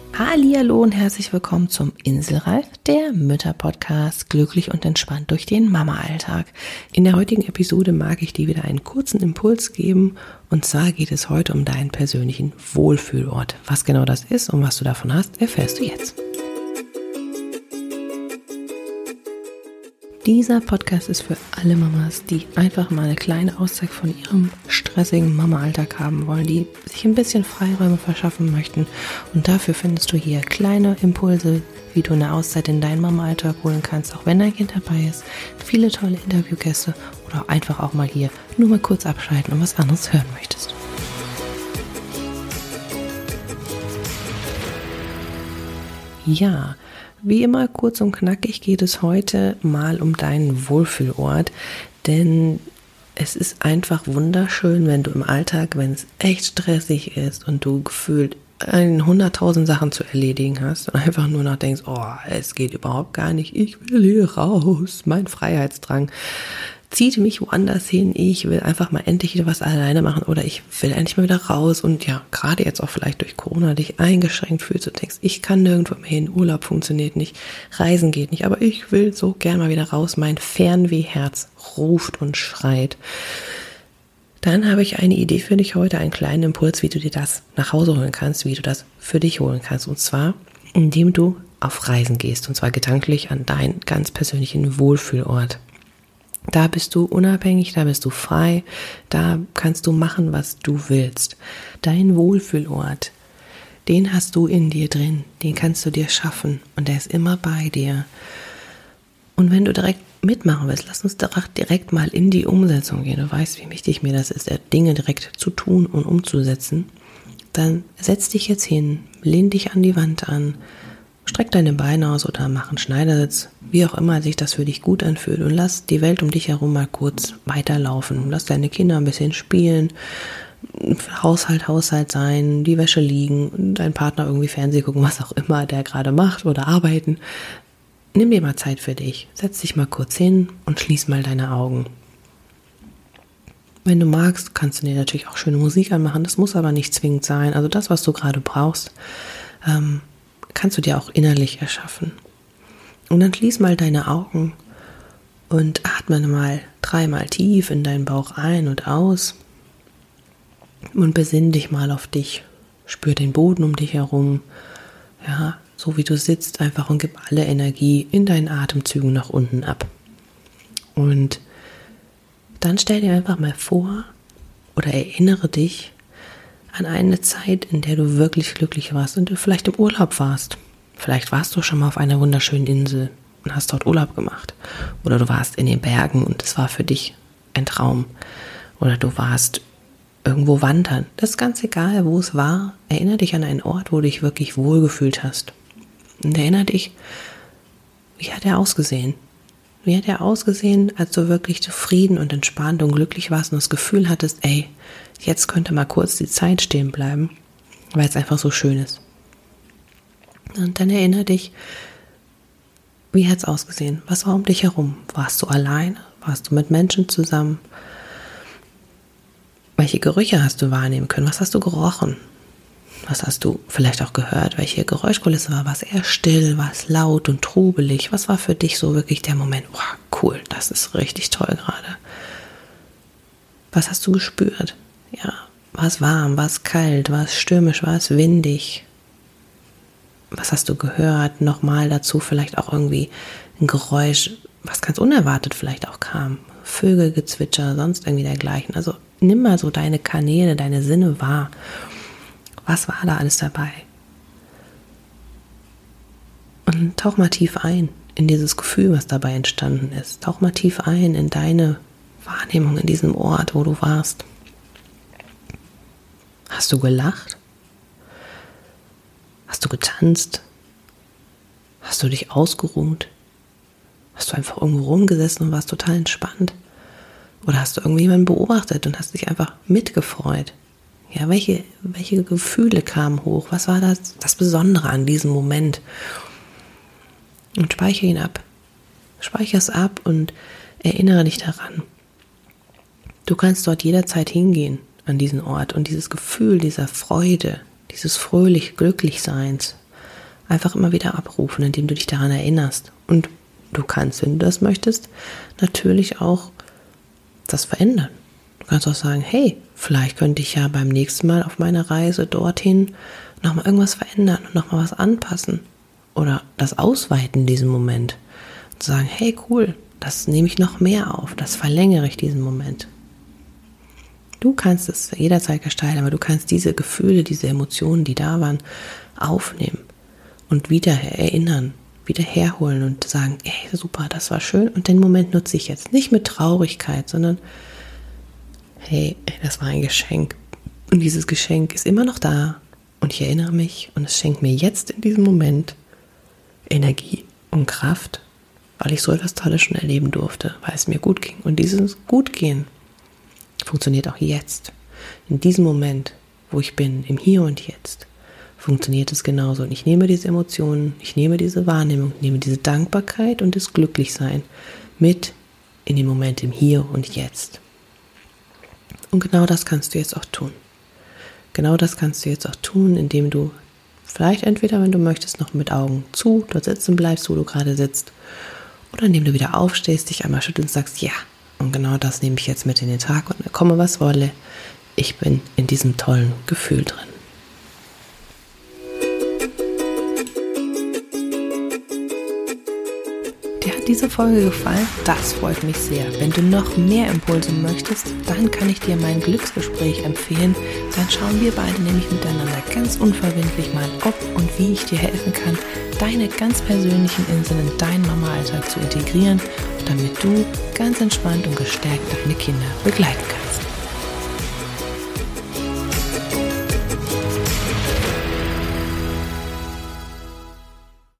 Hallihallo und herzlich willkommen zum Inselreif, der Mütter-Podcast, glücklich und entspannt durch den Mama-Alltag. In der heutigen Episode mag ich dir wieder einen kurzen Impuls geben, und zwar geht es heute um deinen persönlichen Wohlfühlort. Was genau das ist und was du davon hast, erfährst du jetzt. Dieser Podcast ist für alle Mamas, die einfach mal eine kleine Auszeit von ihrem stressigen Mama-Alltag haben wollen, die sich ein bisschen Freiräume verschaffen möchten. Und dafür findest du hier kleine Impulse, wie du eine Auszeit in deinen Mama-Alltag holen kannst, auch wenn dein Kind dabei ist. Viele tolle Interviewgäste oder einfach auch mal hier nur mal kurz abschalten und was anderes hören möchtest. Ja, wie immer kurz und knackig geht es heute mal um deinen Wohlfühlort, denn es ist einfach wunderschön, wenn du im Alltag, wenn es echt stressig ist und du gefühlt 100.000 Sachen zu erledigen hast und einfach nur noch denkst, oh, es geht überhaupt gar nicht, ich will hier raus, mein Freiheitsdrang zieht mich woanders hin, ich will einfach mal endlich wieder was alleine machen oder ich will endlich mal wieder raus und ja, gerade jetzt auch vielleicht durch Corona dich eingeschränkt fühlst und denkst, ich kann nirgendwo mehr hin, Urlaub funktioniert nicht, Reisen geht nicht, aber ich will so gern mal wieder raus, mein Fernwehherz ruft und schreit. Dann habe ich eine Idee für dich heute, einen kleinen Impuls, wie du dir das nach Hause holen kannst, wie du das für dich holen kannst, und zwar, indem du auf Reisen gehst, und zwar gedanklich an deinen ganz persönlichen Wohlfühlort. Da bist du unabhängig, da bist du frei, da kannst du machen, was du willst. Dein Wohlfühlort, den hast du in dir drin, den kannst du dir schaffen und der ist immer bei dir. Und wenn du direkt mitmachen willst, lass uns direkt mal in die Umsetzung gehen. Du weißt, wie wichtig mir das ist, Dinge direkt zu tun und umzusetzen. Dann setz dich jetzt hin, lehn dich an die Wand an, streck deine Beine aus oder mach einen Schneidersitz, wie auch immer sich das für dich gut anfühlt, und lass die Welt um dich herum mal kurz weiterlaufen. Lass deine Kinder ein bisschen spielen, Haushalt sein, die Wäsche liegen, dein Partner irgendwie Fernsehen gucken, was auch immer der gerade macht oder arbeiten. Nimm dir mal Zeit für dich, setz dich mal kurz hin und schließ mal deine Augen. Wenn du magst, kannst du dir natürlich auch schöne Musik anmachen, das muss aber nicht zwingend sein. Also das, was du gerade brauchst, kannst du dir auch innerlich erschaffen. Und dann schließ mal deine Augen und atme mal 3-mal tief in deinen Bauch ein und aus und besinn dich mal auf dich. Spür den Boden um dich herum, ja, so wie du sitzt einfach, und gib alle Energie in deinen Atemzügen nach unten ab. Und dann stell dir einfach mal vor oder erinnere dich an eine Zeit, in der du wirklich glücklich warst und du vielleicht im Urlaub warst. Vielleicht warst du schon mal auf einer wunderschönen Insel und hast dort Urlaub gemacht. Oder du warst in den Bergen und es war für dich ein Traum. Oder du warst irgendwo wandern. Das ist ganz egal, wo es war. Erinnere dich an einen Ort, wo du dich wirklich wohlgefühlt hast. Und erinnere dich, wie hat er ausgesehen? Wie hat er ausgesehen, als du wirklich zufrieden und entspannt und glücklich warst und das Gefühl hattest, ey, jetzt könnte mal kurz die Zeit stehen bleiben, weil es einfach so schön ist. Und dann erinnere dich, wie hat es ausgesehen? Was war um dich herum? Warst du alleine? Warst du mit Menschen zusammen? Welche Gerüche hast du wahrnehmen können? Was hast du gerochen? Was hast du vielleicht auch gehört? Welche Geräuschkulisse war? War es eher still? War es laut und trubelig? Was war für dich so wirklich der Moment? Oh, cool, das ist richtig toll gerade. Was hast du gespürt? Ja, war es warm? War es kalt? War es stürmisch? War es windig? Was hast du gehört? Nochmal dazu vielleicht auch irgendwie ein Geräusch, was ganz unerwartet vielleicht auch kam. Vögelgezwitscher, sonst irgendwie dergleichen. Also nimm mal so deine Kanäle, deine Sinne wahr. Was war da alles dabei? Und tauch mal tief ein in dieses Gefühl, was dabei entstanden ist. Tauch mal tief ein in deine Wahrnehmung in diesem Ort, wo du warst. Hast du gelacht? Hast du getanzt? Hast du dich ausgeruht? Hast du einfach irgendwo rumgesessen und warst total entspannt? Oder hast du irgendjemanden beobachtet und hast dich einfach mitgefreut? Ja, welche Gefühle kamen hoch? Was war das Besondere an diesem Moment? Und speichere ihn ab. Speichere es ab und erinnere dich daran. Du kannst dort jederzeit hingehen an diesen Ort und dieses Gefühl dieser Freude, dieses fröhlich Glücklichseins einfach immer wieder abrufen, indem du dich daran erinnerst. Und du kannst, wenn du das möchtest, natürlich auch das verändern. Du kannst auch sagen, hey, vielleicht könnte ich ja beim nächsten Mal auf meiner Reise dorthin nochmal irgendwas verändern und nochmal was anpassen. Oder das ausweiten in diesem Moment. Und sagen, hey, cool, das nehme ich noch mehr auf, das verlängere ich diesen Moment. Du kannst es jederzeit gestalten, aber du kannst diese Gefühle, diese Emotionen, die da waren, aufnehmen und wieder erinnern, wieder herholen und sagen, hey, super, das war schön und den Moment nutze ich jetzt. Nicht mit Traurigkeit, sondern hey, das war ein Geschenk und dieses Geschenk ist immer noch da und ich erinnere mich und es schenkt mir jetzt in diesem Moment Energie und Kraft, weil ich so etwas Tolles schon erleben durfte, weil es mir gut ging. Und dieses Gutgehen funktioniert auch jetzt. In diesem Moment, wo ich bin, im Hier und Jetzt, funktioniert es genauso. Und ich nehme diese Emotionen, ich nehme diese Wahrnehmung, ich nehme diese Dankbarkeit und das Glücklichsein mit in den Moment im Hier und Jetzt. Und genau das kannst du jetzt auch tun. Genau das kannst du jetzt auch tun, indem du vielleicht entweder, wenn du möchtest, noch mit Augen zu, dort sitzen bleibst, wo du gerade sitzt, oder indem du wieder aufstehst, dich einmal schüttelst und sagst, ja, und genau das nehme ich jetzt mit in den Tag und komme, was wolle, ich bin in diesem tollen Gefühl drin. Dir hat diese Folge gefallen? Das freut mich sehr. Wenn du noch mehr Impulse möchtest, dann kann ich dir mein Glücksgespräch empfehlen. Dann schauen wir beide nämlich miteinander ganz unverbindlich mal, ob und wie ich dir helfen kann, deine ganz persönlichen Inseln in deinen Mama-Alltag zu integrieren, damit du ganz entspannt und gestärkt deine Kinder begleiten kannst.